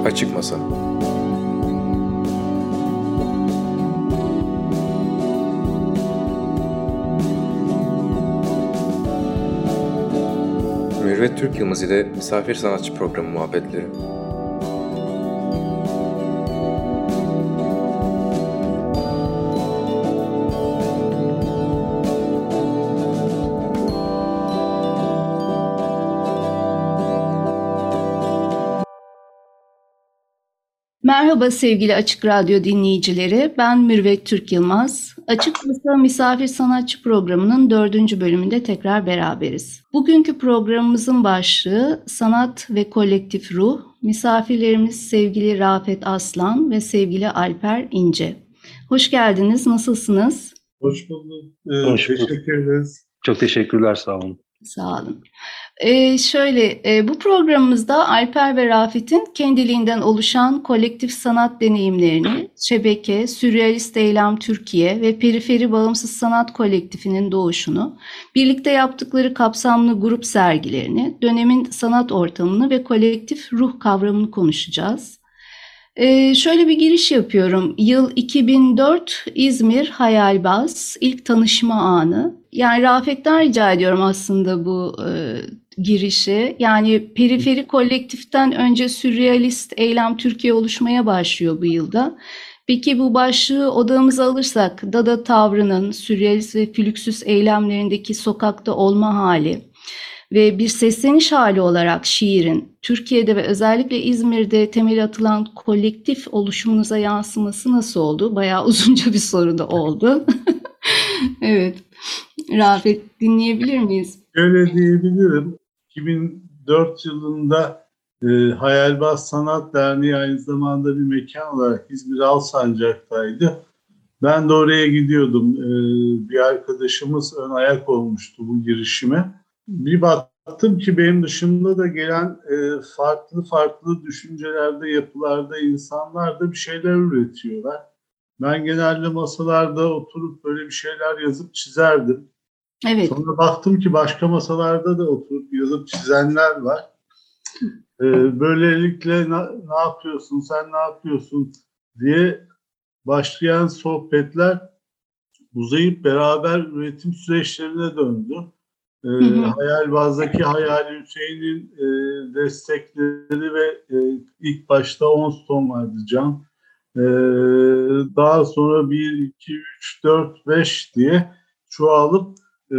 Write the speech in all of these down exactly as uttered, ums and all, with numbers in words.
Açık Masa. Mürüvvet Türk Yılmaz ile Misafir Sanatçı Programı muhabbetleri. Merhaba sevgili Açık Radyo dinleyicileri, ben Mürüvvet Türk Yılmaz. Açık Masa Misafir Sanatçı Programı'nın dördüncü bölümünde tekrar beraberiz. Bugünkü programımızın başlığı Sanat ve Kolektif Ruh. Misafirlerimiz sevgili Rafet Aslan ve sevgili Alper İnce. Hoş geldiniz, nasılsınız? Hoş bulduk. Ee, Hoş bulduk. Teşekkür ederiz. Çok teşekkürler, sağ olun. Sağ olun. Ee, şöyle, e, bu programımızda Alper ve Rafet'in kendiliğinden oluşan kolektif sanat deneyimlerini, Şebeke, Sürrealist Eylem Türkiye ve Periferi Bağımsız Sanat Kolektifinin doğuşunu, birlikte yaptıkları kapsamlı grup sergilerini, dönemin sanat ortamını ve kolektif ruh kavramını konuşacağız. Ee, şöyle bir giriş yapıyorum. Yıl iki bin dört, İzmir Hayalbaz, ilk tanışma anı. Yani Rafet'ten rica ediyorum aslında bu e, girişi. Yani periferi kolektiften önce Sürrealist Eylem Türkiye oluşmaya başlıyor bu yılda. Peki bu başlığı odağımıza alırsak, Dada tavrının, sürrealist ve flüksüs eylemlerindeki sokakta olma hali ve bir sesleniş hali olarak şiirin Türkiye'de ve özellikle İzmir'de temeli atılan kolektif oluşumunuza yansıması nasıl oldu? Bayağı uzunca bir soru da oldu. Evet. Rafet, dinleyebilir miyiz? Öyle diyebilirim. iki bin dört yılında e, Hayalbaz Sanat Derneği aynı zamanda bir mekan olarak İzmir Alsancak'taydı. Ben de oraya gidiyordum. E, bir arkadaşımız ön ayak olmuştu bu girişime. Bir baktım ki benim dışımda da gelen e, farklı farklı düşüncelerde, yapılarda insanlar da bir şeyler üretiyorlar. Ben genelde masalarda oturup böyle bir şeyler yazıp çizerdim. Evet. Sonra baktım ki başka masalarda da oturup yazıp çizenler var. Ee, böylelikle na, ne yapıyorsun, sen ne yapıyorsun diye başlayan sohbetler uzayıp beraber üretim süreçlerine döndü. Ee, Hı hı. Hayalbaz'daki Hayali Hüseyin'in e, destekleri ve e, ilk başta Onston vardı Can. Ee, daha sonra bir, iki, üç, dört, beş diye çoğalıp e,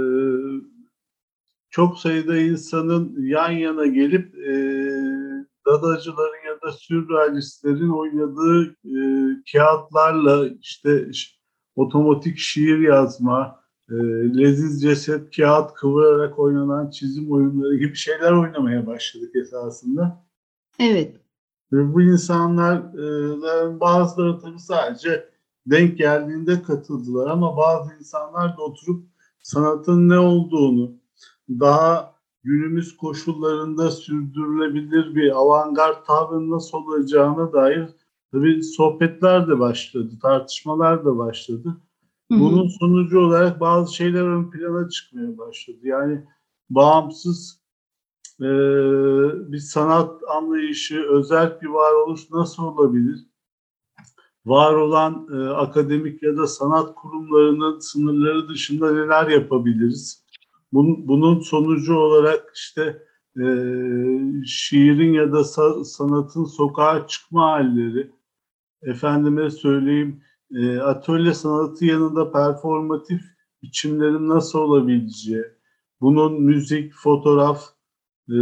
çok sayıda insanın yan yana gelip e, dadacıların ya da sürrealistlerin oynadığı e, kağıtlarla işte otomatik şiir yazma, e, leziz ceset kağıt kıvırarak oynanan çizim oyunları gibi şeyler oynamaya başladık esasında. Evet. Ve bu insanların bazıları tabii sadece denk geldiğinde katıldılar ama bazı insanlar da oturup sanatın ne olduğunu, daha günümüz koşullarında sürdürülebilir bir avantgard tavrın nasıl olacağına dair tabii sohbetler de başladı, tartışmalar da başladı. Hı hı. Bunun sonucu olarak bazı şeyler ön plana çıkmaya başladı. Yani bağımsız Ee, bir sanat anlayışı, özel bir varoluş nasıl olabilir? Var olan e, akademik ya da sanat kurumlarının sınırları dışında neler yapabiliriz? Bunun, bunun sonucu olarak işte e, şiirin ya da sa- sanatın sokağa çıkma halleri, efendime söyleyeyim e, atölye sanatı yanında performatif biçimlerin nasıl olabileceği, bunun müzik, fotoğraf, e,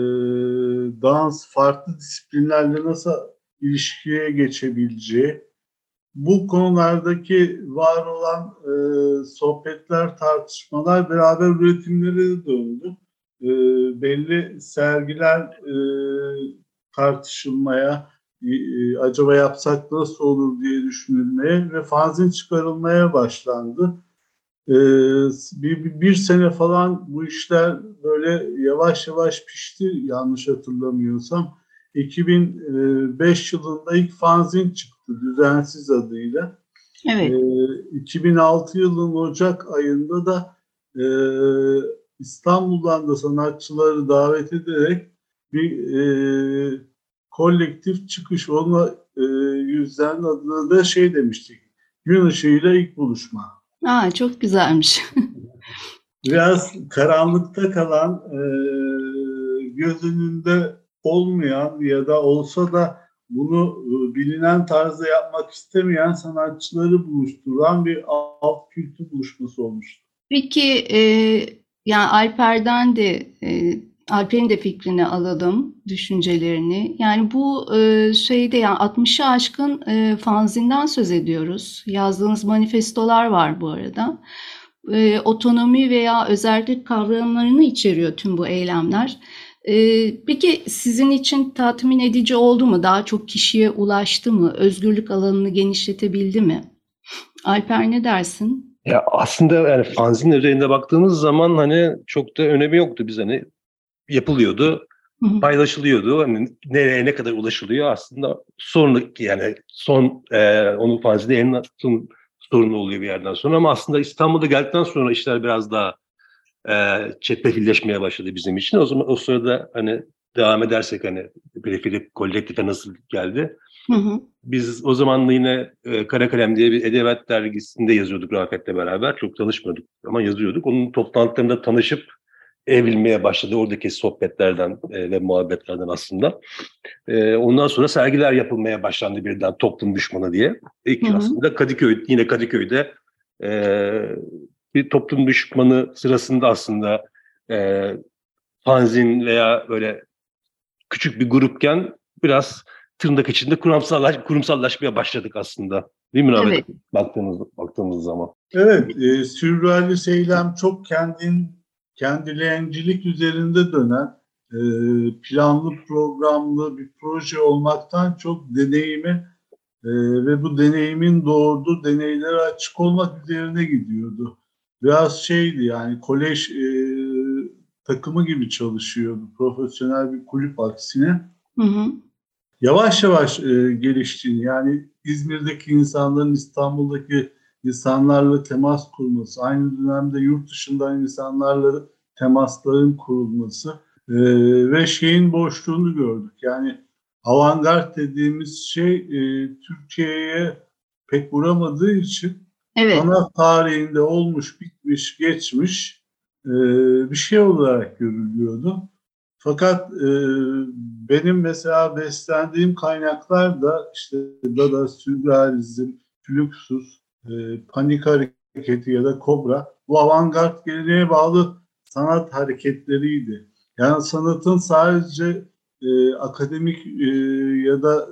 dans, farklı disiplinlerle nasıl ilişkiye geçebileceği, bu konulardaki var olan e, sohbetler, tartışmalar beraber üretimlere döndü. E, belli sergiler e, tartışılmaya, e, acaba yapsak nasıl olur diye düşünülmeye ve fanzin çıkarılmaya başlandı. Ee, bir, bir sene falan bu işler böyle yavaş yavaş pişti yanlış hatırlamıyorsam. iki bin beş yılında ilk fanzin çıktı Düzensiz adıyla. Evet. Ee, iki bin altı yılının Ocak ayında da e, İstanbul'dan da sanatçıları davet ederek bir e, kolektif çıkış. Onunla e, yüzlerin adına da şey demiştik. Gün ışığıyla ilk buluşma. Aa, çok güzelmiş. Biraz karanlıkta kalan, e, göz önünde olmayan ya da olsa da bunu e, bilinen tarzda yapmak istemeyen sanatçıları buluşturan bir alt kültür buluşması olmuştu. Peki e, yani Alper'den de e, Alper'in de fikrini alalım, düşüncelerini. Yani bu e, şeyde yani altmışı aşkın e, fanzinden söz ediyoruz. Yazdığınız manifestolar var bu arada. E, otonomi veya özellik kavramlarını içeriyor tüm bu eylemler. E, peki sizin için tatmin edici oldu mu? Daha çok kişiye ulaştı mı? Özgürlük alanını genişletebildi mi? Alper ne dersin? Ya aslında yani fanzin üzerinde baktığımız zaman hani çok da önemi yoktu. Biz hani yapılıyordu, Hı hı. paylaşılıyordu. Hani nereye ne kadar ulaşılıyor aslında sonraki yani son e, onun fanzinde yayınlatım sorunu oluyor bir yerden sonra. Ama aslında İstanbul'da geldikten sonra işler biraz daha e, çetrefilleşmeye başladı bizim için. O zaman o sırada hani devam edersek hani periferi kolektife nasıl geldi? Hı hı. Biz o zaman da yine e, Kara Kalem diye bir edebiyat dergisinde yazıyorduk Rafet'le beraber. Çok tanışmıyorduk ama yazıyorduk. Onun toplantılarında tanışıp evrilmeye başladı oradaki sohbetlerden e, ve muhabbetlerden aslında. E, ondan sonra sergiler yapılmaya başlandı birden toplum düşmanı diye. İlk Hı hı. aslında Kadıköy, yine Kadıköy'de e, bir toplum düşmanı sırasında aslında e, fanzin veya böyle küçük bir grupken biraz tırnak içinde kurumsallaş, kurumsallaşmaya başladık aslında. Değil mi Rahmet? Evet. Baktığımız, baktığımız zaman. Evet, e, sürrealist eylem çok kendin, kendileyencilik üzerinde dönen, e, planlı programlı bir proje olmaktan çok deneyimi e, ve bu deneyimin doğurduğu deneylere açık olmak üzerine gidiyordu. Biraz şeydi yani kolej e, takımı gibi çalışıyordu, profesyonel bir kulüp aksine. Hı hı. Yavaş yavaş e, geliştiğini yani İzmir'deki insanların İstanbul'daki insanlarla temas kurması, aynı dönemde yurt dışından insanlarla temasların kurulması e, ve şeyin boşluğunu gördük. Yani avantgard dediğimiz şey e, Türkiye'ye pek vuramadığı için Evet. sanat tarihinde olmuş, bitmiş, geçmiş e, bir şey olarak görülüyordu. Fakat e, benim mesela beslendiğim kaynaklar da işte Dada, Sürrealizm, Fluxus, e, Panik Hareketi ya da Kobra bu avantgard geleneğe bağlı sanat hareketleriydi. Yani sanatın sadece e, akademik e, ya da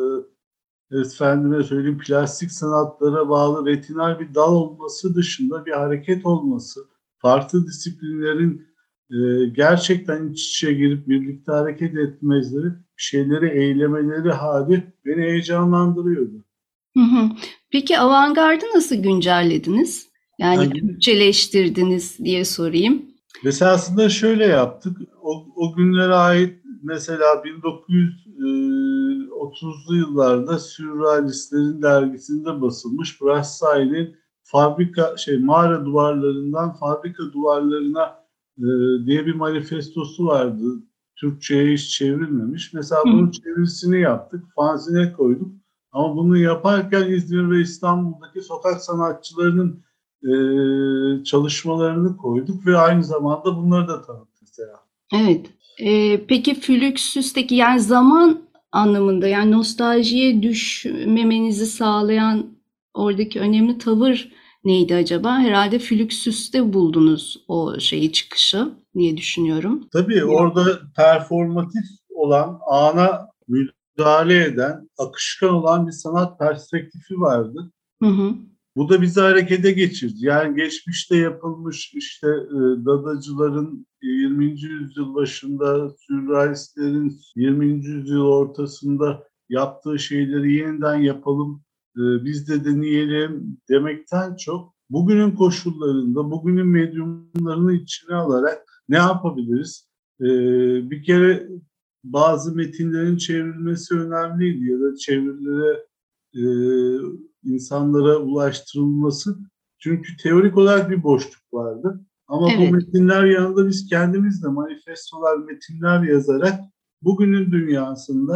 e, efendime söyleyeyim plastik sanatlara bağlı retinal bir dal olması dışında bir hareket olması, farklı disiplinlerin e, gerçekten iç içe girip birlikte hareket etmeleri, bir şeyleri eylemeleri hali beni heyecanlandırıyordu. Hı hı. Peki avantgardı nasıl güncellediniz? Yani Yani, Türkçeleştirdiniz diye sorayım. mesela aslında şöyle yaptık. O, o günlere ait mesela bin dokuz yüz otuzlu yıllarda Sürrealistlerin dergisinde basılmış Brassai'nin fabrika şey mağara duvarlarından fabrika duvarlarına e, diye bir manifestosu vardı. Türkçe'ye hiç çevrilmemiş. Mesela Hı hı. bunun çevirisini yaptık. Fanzine koyduk. Ama bunu yaparken İzmir ve İstanbul'daki sokak sanatçılarının e, çalışmalarını koyduk ve aynı zamanda bunları da tanıttık mesela. Evet. Ee, peki Fluxus'taki yani zaman anlamında yani nostaljiye düşmemenizi sağlayan oradaki önemli tavır neydi acaba? Herhalde Fluxus'te buldunuz o şeyi çıkışı diye düşünüyorum. Tabii orada performatif olan, ana müdahale eden, akışkan olan bir sanat perspektifi vardı. Hı hı. Bu da bizi harekete geçirdi. Yani geçmişte yapılmış işte e, dadacıların yirminci yüzyıl başında, sürrealistlerin yirminci yüzyıl ortasında yaptığı şeyleri yeniden yapalım, e, biz de deneyelim demekten çok bugünün koşullarında, bugünün medyumlarını içine alarak ne yapabiliriz? E, bir kere bazı metinlerin çevrilmesi önemliydi ya da çevirilere e, insanlara ulaştırılması. Çünkü teorik olarak bir boşluk vardı. Ama Evet. bu metinler yanında biz kendimiz de manifestolar, metinler yazarak bugünün dünyasında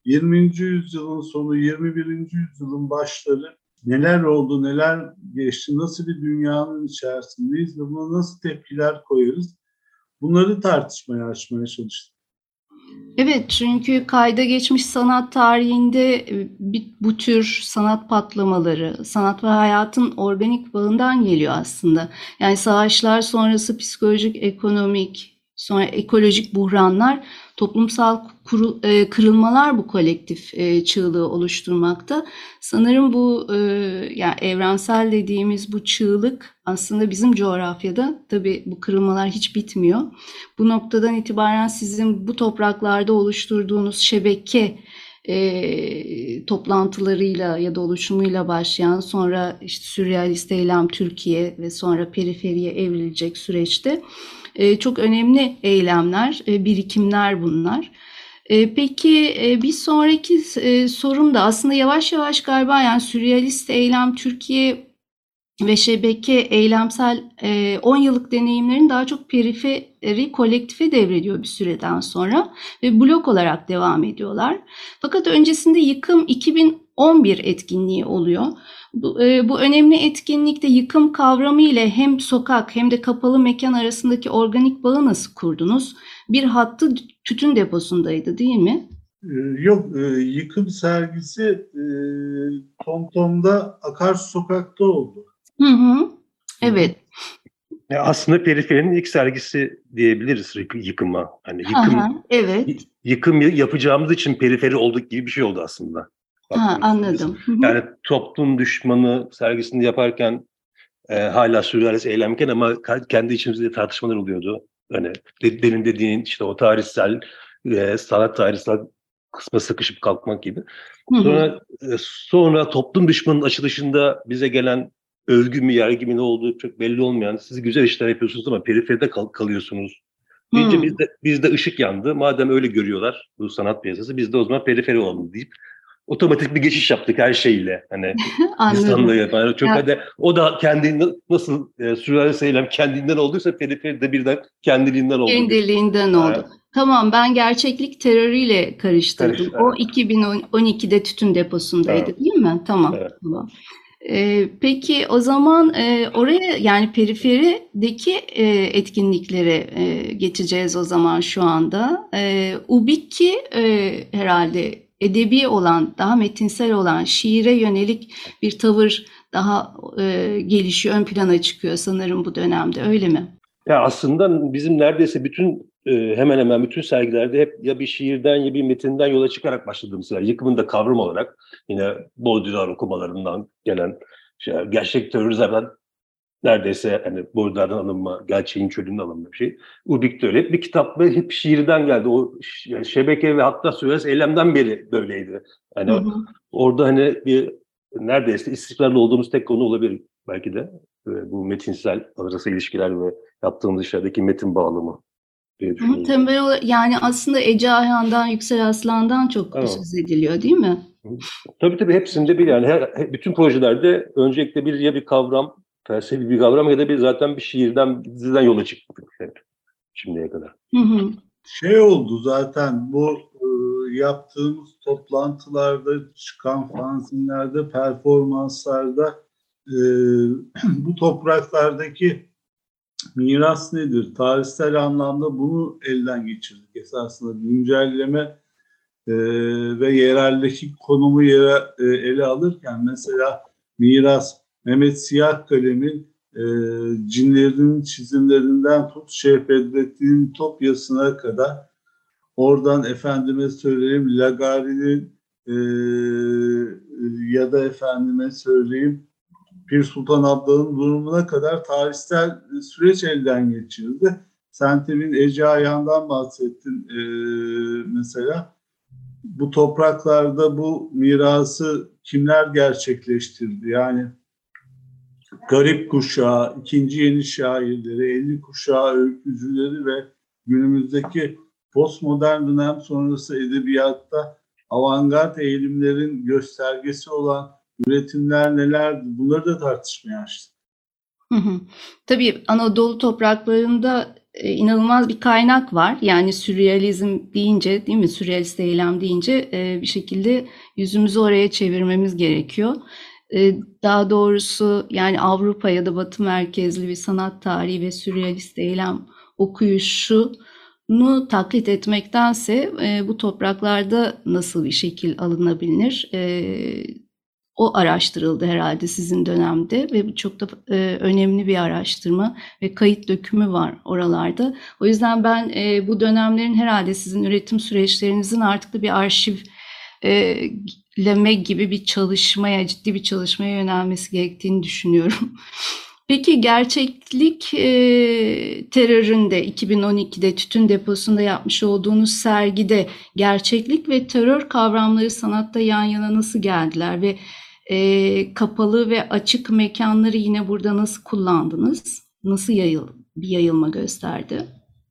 yirminci yüzyılın sonu, yirmi birinci yüzyılın başları neler oldu, neler geçti, nasıl bir dünyanın içerisindeyiz ve buna nasıl tepkiler koyarız? Bunları tartışmaya, açmaya çalıştım. Evet, çünkü kayda geçmiş sanat tarihinde e, bir- bu tür sanat patlamaları, sanat ve hayatın organik bağından geliyor aslında. Yani savaşlar sonrası psikolojik, ekonomik, sonra ekolojik buhranlar, toplumsal kuru- e, kırılmalar bu kolektif e, çığlığı oluşturmakta. Sanırım bu e, yani evrensel dediğimiz bu çığlık aslında bizim coğrafyada tabii bu kırılmalar hiç bitmiyor. Bu noktadan itibaren sizin bu topraklarda oluşturduğunuz şebeke e, toplantılarıyla ya da oluşumuyla başlayan, sonra işte sürrealist eylem Türkiye ve sonra periferiye evrilecek süreçte e, çok önemli eylemler, e, birikimler bunlar. E, peki e, bir sonraki e, sorum da aslında yavaş yavaş galiba yani sürrealist eylem Türkiye ve şebeke eylemsel e, on yıllık deneyimlerin daha çok periferi kolektife devrediyor bir süreden sonra ve blok olarak devam ediyorlar. Fakat öncesinde yıkım iki bin on bir etkinliği oluyor. Bu, e, bu önemli etkinlikte yıkım kavramı ile hem sokak hem de kapalı mekan arasındaki organik bağı nasıl kurdunuz? Bir hattı tütün deposundaydı, değil mi? Ee, Yok, e, yıkım sergisi e, TomTom'da Akarsu Sokak'ta oldu. Hı hı. Evet. Ya aslında periferinin ilk sergisi diyebiliriz yık- yıkıma. Hani Hı hı. yıkım Evet. y- yıkım yapacağımız için periferi olduk gibi bir şey oldu aslında. Ha, Baktığımızda biz. anladım. Hı hı. Yani toplum düşmanı sergisini yaparken e, hala sürrealist eylemken ama ka- kendi içimizde tartışmalar oluyordu. Hani de- demin dediğin işte o tarihsel e, sanat tarihsel kısma sıkışıp kalkmak gibi. Hı hı. Sonra e, sonra toplum düşmanının açılışında bize gelen övgü mü yergi mi ne olduğu çok belli olmayan siz güzel işler yapıyorsunuz ama periferide kal- kalıyorsunuz. Deyince Hı. bizde bizde ışık yandı. Madem öyle görüyorlar bu sanat piyasası biz de o zaman periferi olalım deyip otomatik bir geçiş yaptık her şeyle. Hani Anladım. insanlığı yapan çok Ya, hadi o da kendinden nasıl e, sürrealist eylem kendinden olduysa periferi de birden kendiliğinden oldu gibi. kendiliğinden Ha, oldu. Tamam, ben gerçeklik terörüyle karıştırdım. karış, O evet, iki bin on ikide tütün deposundaydı, evet, değil mi? Tamam, evet. tamam. Ee, peki o zaman e, oraya yani periferideki e, etkinliklere e, geçeceğiz o zaman şu anda. E, Ubiki e, herhalde edebi olan, daha metinsel olan şiire yönelik bir tavır daha e, gelişiyor, ön plana çıkıyor sanırım bu dönemde, öyle mi? Ya aslında bizim neredeyse bütün e, hemen hemen bütün sergilerde hep ya bir şiirden ya bir metinden yola çıkarak başladığımız şeyler. Yıkımın da kavram olarak yine Baudrillard okumalarından gelen şey, gerçek terörizmden neredeyse hani Baudrillard'dan alınma, gerçeğin çölünden alınma bir şey. Ubik de öyle. Hep bir kitap ve hep şiirden geldi. O ş- şebeke ve hatta Sürrealist eylemden beri böyleydi. Hı Hani hı. orada hani bir neredeyse istikrarlı olduğumuz tek konu olabilir belki de. E, bu metinsel arası ilişkiler ve yaptığımız işlerdeki metin bağlamı diye Ama düşünüyorum. temel olarak yani aslında Ece Ayhan'dan, Yüksel Aslan'dan çok Tamam. söz ediliyor, değil mi? Tabii tabii hepsinde bir yani her, he- bütün projelerde öncelikle bir ya bir kavram, felsefi bir kavram ya da bir zaten bir şiirden, bir diziden yola çıktık hep şimdiye kadar. Hı hı. Şey oldu zaten bu e, yaptığımız toplantılarda, çıkan fanzinlerde, performanslarda e, bu topraklardaki miras nedir? Tarihsel anlamda bunu elden geçirdik esasında. Güncelleme e, ve yerelleşik konumu yere, e, ele alırken mesela miras, Mehmet Siyah Kalem'in e, cinlerinin çizimlerinden tut Şeyh Bedrettin'in Topyası'na kadar oradan efendime söyleyeyim Lagari'nin e, ya da efendime söyleyeyim Pir Sultan Abdal'ın durumuna kadar tarihsel süreç elden geçirildi. Sen temin Ece Ayhan'dan bahsettin e, mesela. Bu topraklarda bu mirası kimler gerçekleştirdi? Yani garip kuşağı, ikinci yeni şairleri, elli kuşağı öykücüleri ve günümüzdeki postmodern dönem sonrası edebiyatta avantgard eğilimlerin göstergesi olan üretimler nelerdi? Bunları da tartışmaya açtık. Hı hı. Tabii Anadolu topraklarında e, inanılmaz bir kaynak var. Yani sürrealizm deyince, değil mi? Sürrealist eylem deyince e, bir şekilde yüzümüzü oraya çevirmemiz gerekiyor. E, daha doğrusu yani Avrupa ya da Batı merkezli bir sanat tarihi ve sürrealist eylem okuyuşunu taklit etmektense e, bu topraklarda nasıl bir şekil alınabilir? E, o araştırıldı herhalde sizin dönemde ve bu çok da e, önemli bir araştırma ve kayıt dökümü var oralarda. O yüzden ben e, bu dönemlerin herhalde sizin üretim süreçlerinizin artık da bir arşivleme gibi bir çalışmaya, ciddi bir çalışmaya yönelmesi gerektiğini düşünüyorum. Peki gerçeklik e, teröründe iki bin on ikide Tütün Deposu'nda yapmış olduğunuz sergide gerçeklik ve terör kavramları sanatta yan yana nasıl geldiler ve e, kapalı ve açık mekanları yine burada nasıl kullandınız? Nasıl yayıl, bir yayılma gösterdi?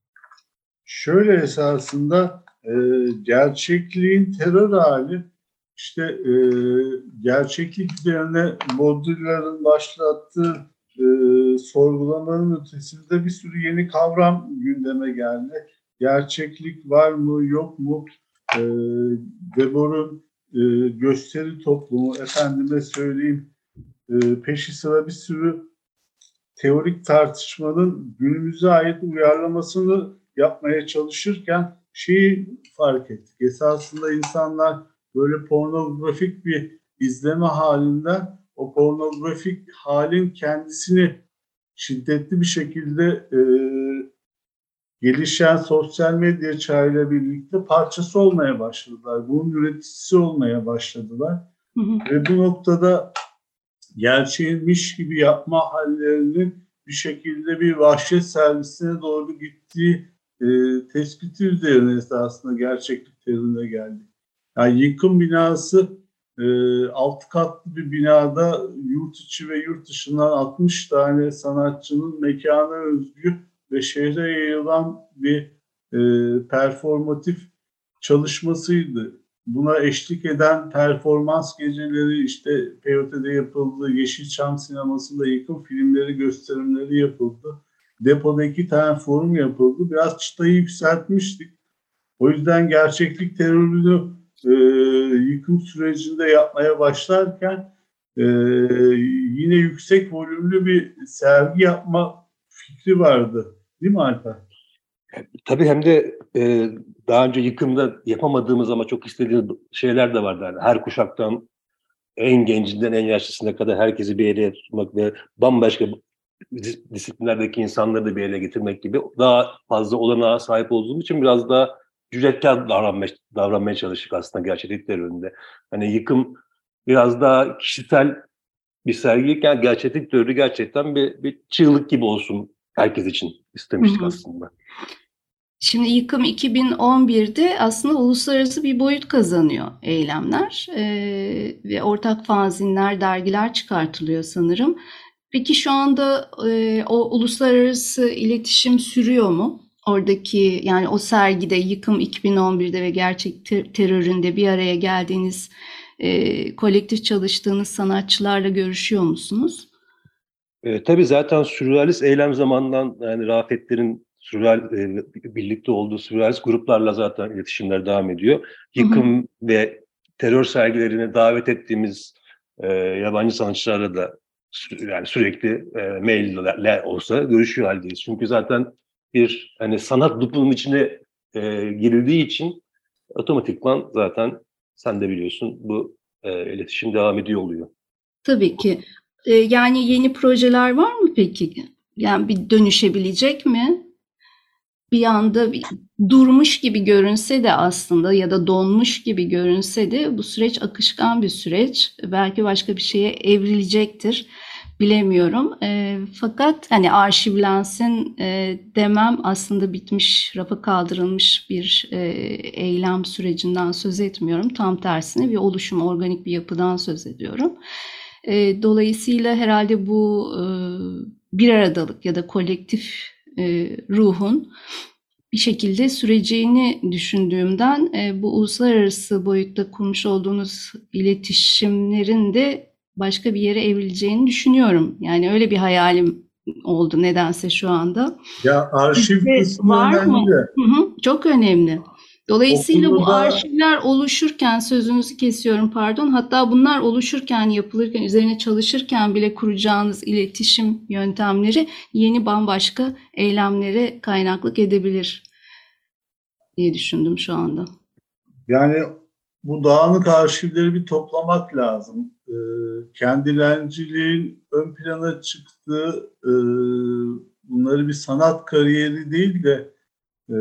Şöyle esasında e, gerçekliğin terör hali işte e, gerçeklik üzerine Baudrillard'ın başlattığı e, sorgulamanın ötesinde bir sürü yeni kavram gündeme geldi. Gerçeklik var mı yok mu? E, Weber'ın e, gösteri toplumu, efendime söyleyeyim e, peşi sıra bir sürü teorik tartışmanın günümüze ait uyarlamasını yapmaya çalışırken şeyi fark ettik. Esasında insanlar böyle pornografik bir izleme halinde o pornografik halin kendisini şiddetli bir şekilde e, gelişen sosyal medya çağıyla birlikte parçası olmaya başladılar. Bunun üreticisi olmaya başladılar. Hı hı. Ve bu noktada gerçeğinmiş gibi yapma hallerinin bir şekilde bir vahşet servisine doğru gittiği e, tespiti üzerine esasında gerçeklik terörüne geldik. Yani yıkım binası e, altı katlı bir binada yurt içi ve yurt dışından altmış tane sanatçının mekana özgü ve şehre yayılan bir e, performatif çalışmasıydı. Buna eşlik eden performans geceleri, işte P O T'de yapıldı, Yeşilçam sinemasında yıkım filmleri gösterimleri yapıldı. Depoda iki tane forum yapıldı. Biraz çıtayı yükseltmiştik. O yüzden gerçeklik terörünü e, yıkım sürecinde yapmaya başlarken e, yine yüksek volümlü bir sergi yapma fikri vardı. Değil mi Alper? Tabii hem de e, daha önce yıkımda yapamadığımız ama çok istediğimiz şeyler de vardı. Yani her kuşaktan en gencinden en yaşlısına kadar herkesi bir yere tutmak ve bambaşka dis- disiplinlerdeki insanları da bir yere getirmek gibi daha fazla olanağa sahip olduğum için biraz daha cüretkar davranmaya, davranmaya çalıştık aslında gerçeklikler önünde. Hani yıkım biraz daha kişisel bir sergiyken gerçeklik teori gerçekten bir, bir çığlık gibi olsun herkes için istemiştik Hı hı. aslında. Şimdi yıkım iki bin on birde aslında uluslararası bir boyut kazanıyor eylemler Ee, ve ortak fanzinler, dergiler çıkartılıyor sanırım. Peki şu anda e, o uluslararası iletişim sürüyor mu? Oradaki yani o sergide yıkım iki bin on birde ve gerçek ter- teröründe bir araya geldiğiniz e, kolektif çalıştığınız sanatçılarla görüşüyor musunuz? E, tabii zaten sürrealist eylem zamanından yani Rafetlerin sürreal, e, birlikte olduğu sürrealist gruplarla zaten iletişimler devam ediyor. Hı hı. Yıkım ve terör sergilerine davet ettiğimiz e, yabancı sanatçılarla da sü- yani sürekli e, maille olsa görüşüyor haldeyiz. Çünkü zaten bir hani sanat loopunun içine e, girildiği için otomatikman zaten sen de biliyorsun bu e, iletişim devam ediyor oluyor. Tabii ki. Ee, yani yeni projeler var mı peki? Yani bir dönüşebilecek mi? Bir anda bir durmuş gibi görünse de aslında ya da donmuş gibi görünse de bu süreç akışkan bir süreç. Belki başka bir şeye evrilecektir. Bilemiyorum. Ee, fakat hani arşivlensin e, demem aslında bitmiş, rafa kaldırılmış bir e, eylem sürecinden söz etmiyorum. Tam tersine bir oluşum, organik bir yapıdan söz ediyorum. E, dolayısıyla herhalde bu e, bir aradalık ya da kolektif e, ruhun bir şekilde süreceğini düşündüğümden e, bu uluslararası boyutta kurmuş olduğunuz iletişimlerin de başka bir yere evrileceğini düşünüyorum. Yani öyle bir hayalim oldu nedense şu anda. Ya arşiv Sizde kısmı var mı? önemli de. Hı hı, çok önemli. Dolayısıyla bu Okulda arşivler oluşurken, sözünüzü kesiyorum pardon, hatta bunlar oluşurken, yapılırken, üzerine çalışırken bile kuracağınız iletişim yöntemleri yeni bambaşka eylemlere kaynaklık edebilir diye düşündüm şu anda. yani bu dağınık arşivleri bir toplamak lazım. Ee, kendilenciliğin ön plana çıktığı, e, bunları bir sanat kariyeri değil de e,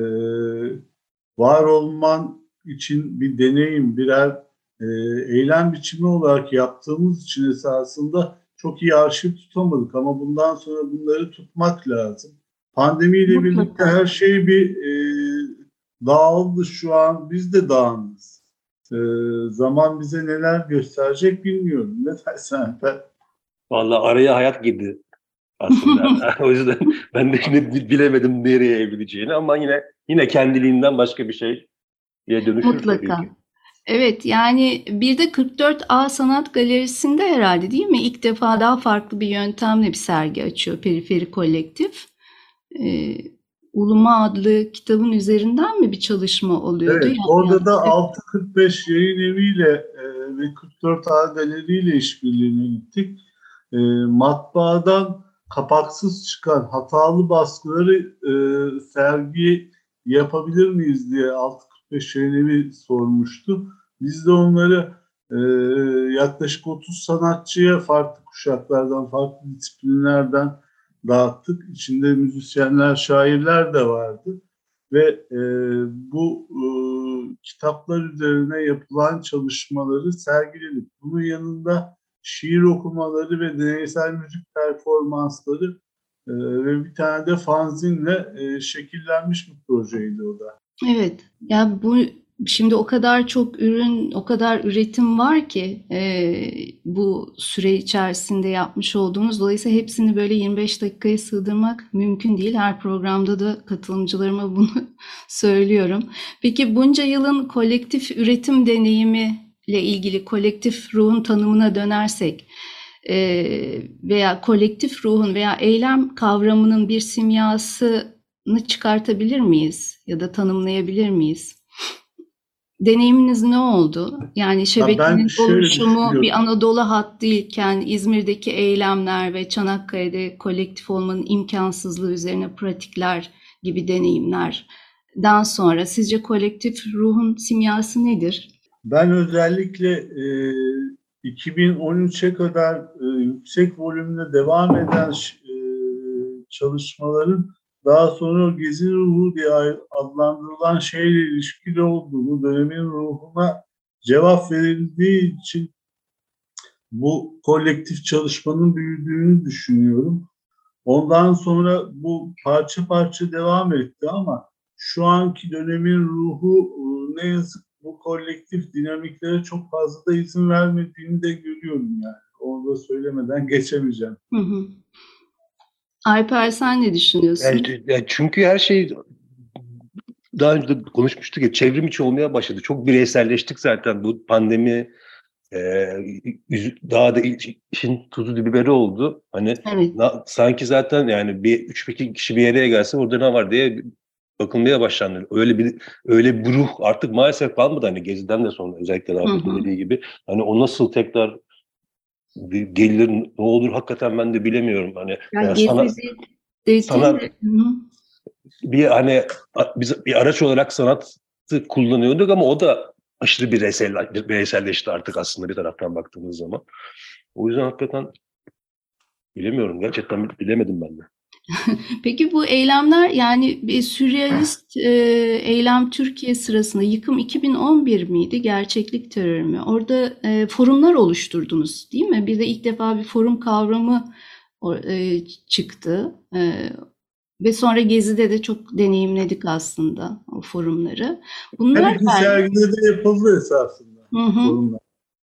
var olman için bir deneyim, birer e, eylem biçimi olarak yaptığımız için esasında çok iyi arşiv tutamadık ama bundan sonra bunları tutmak lazım. Pandemiyle Mutlaka. birlikte her şey bir e, dağıldı şu an. Biz de dağınız. E, zaman bize neler gösterecek bilmiyorum. Ne dersen ben. Vallahi araya hayat girdi aslında. O yüzden ben de yine bilemedim nereye evrileceğini ama yine yine kendiliğinden başka bir şeye dönüşür Mutlaka. tabii ki. Evet, yani bir de kırk dört A Sanat Galerisi'nde herhalde değil mi? İlk defa daha farklı bir yöntemle bir sergi açıyor Periferi Kolektif. Ee, Uluma adlı kitabın üzerinden mi bir çalışma oluyordu? Evet, Yani, orada da yani, altı kırk beş yayın eviyle e, ve kırk dört A galeriyle işbirliğine gittik. E, matbaadan kapaksız çıkan hatalı baskıları e, sergi yapabilir miyiz diye altı kırk beş yayın evi sormuştu. Biz de onları e, yaklaşık otuz sanatçıya farklı kuşaklardan, farklı disiplinlerden dağıttık. İçinde müzisyenler, şairler de vardı. Ve e, bu e, kitaplar üzerine yapılan çalışmaları sergiledik. Bunun yanında şiir okumaları ve deneysel müzik performansları e, ve bir tane de fanzinle e, şekillenmiş bir projeydi o da. evet, ya bu şimdi o kadar çok ürün, o kadar üretim var ki e, bu süre içerisinde yapmış olduğumuz. Dolayısıyla hepsini böyle yirmi beş dakikaya sığdırmak mümkün değil. Her programda da katılımcılarıma bunu söylüyorum. Peki bunca yılın kolektif üretim deneyimi ile ilgili kolektif ruhun tanımına dönersek e, veya kolektif ruhun veya eylem kavramının bir simyasını çıkartabilir miyiz ya da tanımlayabilir miyiz? Deneyiminiz ne oldu? Yani ben şebekenin şöyle oluşumu düşünüyorum. bir Anadolu hattıyken İzmir'deki eylemler ve Çanakkale'de kolektif olmanın imkansızlığı üzerine pratikler gibi deneyimlerden sonra sizce kolektif ruhun simyası nedir? Ben özellikle e, iki bin on üçe kadar e, yüksek volümle devam eden e, çalışmaların daha sonra Gezi ruhu diye adlandırılan şeyle ilişkili olduğunu, dönemin ruhuna cevap verildiği için bu kolektif çalışmanın büyüdüğünü düşünüyorum. Ondan sonra bu parça parça devam etti ama şu anki dönemin ruhu ne yazık bu kolektif dinamiklere çok fazla da izin vermediğini de görüyorum yani. Onu da söylemeden geçemeyeceğim. Hı hı. Alper sen ne düşünüyorsun? Yani, yani çünkü her şey daha önce de konuşmuştuk ya, çevrim içi olmaya başladı. Çok bireyselleştik zaten. Bu pandemi e, daha da işin tuzu biberi oldu. Hani Evet. na, sanki zaten yani bir üç beş kişi bir yere gelse orada ne var diye bakılmaya başlandı. Öyle bir öyle bir ruh artık maalesef kalmadı. Hani Gezi'den de sonra özellikle Rahmet'in dediği gibi. Hani o nasıl tekrar gelir, ne olur hakikaten ben de bilemiyorum. Hani Yani sana, Gezi sanat de, hı. bir hani biz bir araç olarak sanatı kullanıyorduk ama o da aşırı bireysel, bireyselleşti artık aslında bir taraftan baktığımız zaman. O yüzden hakikaten bilemiyorum. Gerçekten bilemedim ben de. Peki bu eylemler yani bir sürrealist e, eylem Türkiye sırasında yıkım iki bin on bir miydi? Gerçeklik terör mü? Orada e, forumlar oluşturdunuz değil mi? Bir de ilk defa bir forum kavramı e, çıktı. E, ve sonra Gezi'de de çok deneyimledik aslında o forumları. Bunlar Her iki sergide de yapıldı esasında. Hı hı. Forumlar.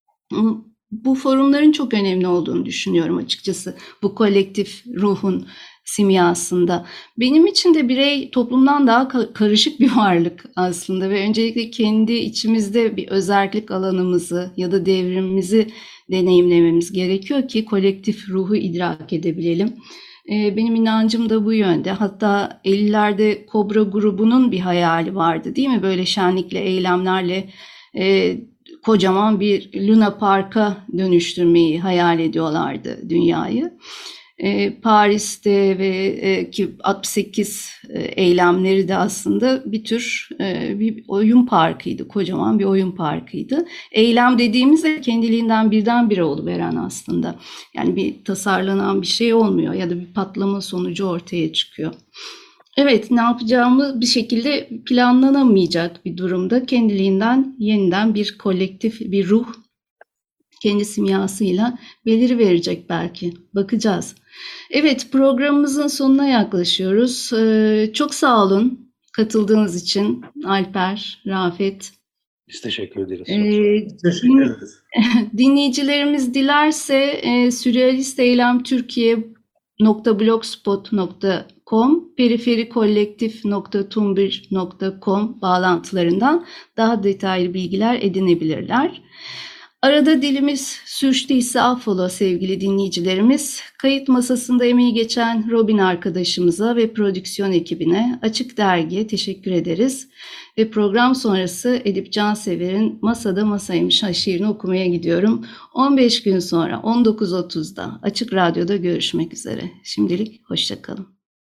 Bu forumların çok önemli olduğunu düşünüyorum açıkçası bu kolektif ruhun simyasında. Benim için de birey toplumdan daha karışık bir varlık aslında ve öncelikle kendi içimizde bir özerklik alanımızı ya da devrimimizi deneyimlememiz gerekiyor ki kolektif ruhu idrak edebilelim. E, benim inancım da bu yönde. Hatta ellilerde Kobra grubunun bir hayali vardı, değil mi? Böyle şenlikle, eylemlerle e, kocaman bir Luna Park'a dönüştürmeyi hayal ediyorlardı dünyayı. E, Paris'te ve e, ki altmış sekiz e, eylemleri de aslında bir tür e, bir oyun parkıydı, kocaman bir oyun parkıydı. Eylem dediğimizde kendiliğinden birdenbire oluveren aslında. Yani bir tasarlanan bir şey olmuyor ya da bir patlama sonucu ortaya çıkıyor. Evet, ne yapacağımı bir şekilde planlanamayacak bir durumda kendiliğinden yeniden bir kolektif, bir ruh kendi simyasıyla beliriverecek belki. Bakacağız. Evet, programımızın sonuna yaklaşıyoruz. Ee, çok sağ olun katıldığınız için Alper, Rafet. Biz teşekkür ederiz. Ee, Teşekkür ederiz. Dinleyicilerimiz dilerse e, Sürrealist Eylem Türkiye nokta blogspot nokta com, periferikolektif nokta tumblr nokta com bağlantılarından daha detaylı bilgiler edinebilirler. Arada dilimiz sürçtüyse affola sevgili dinleyicilerimiz. Kayıt masasında emeği geçen Robin arkadaşımıza ve prodüksiyon ekibine, Açık Dergi'ye teşekkür ederiz. Ve program sonrası Edip Cansever'in Masada Masaymış şiirini okumaya gidiyorum. on beş gün sonra on dokuz otuzda Açık Radyo'da görüşmek üzere. Şimdilik hoşça kalın.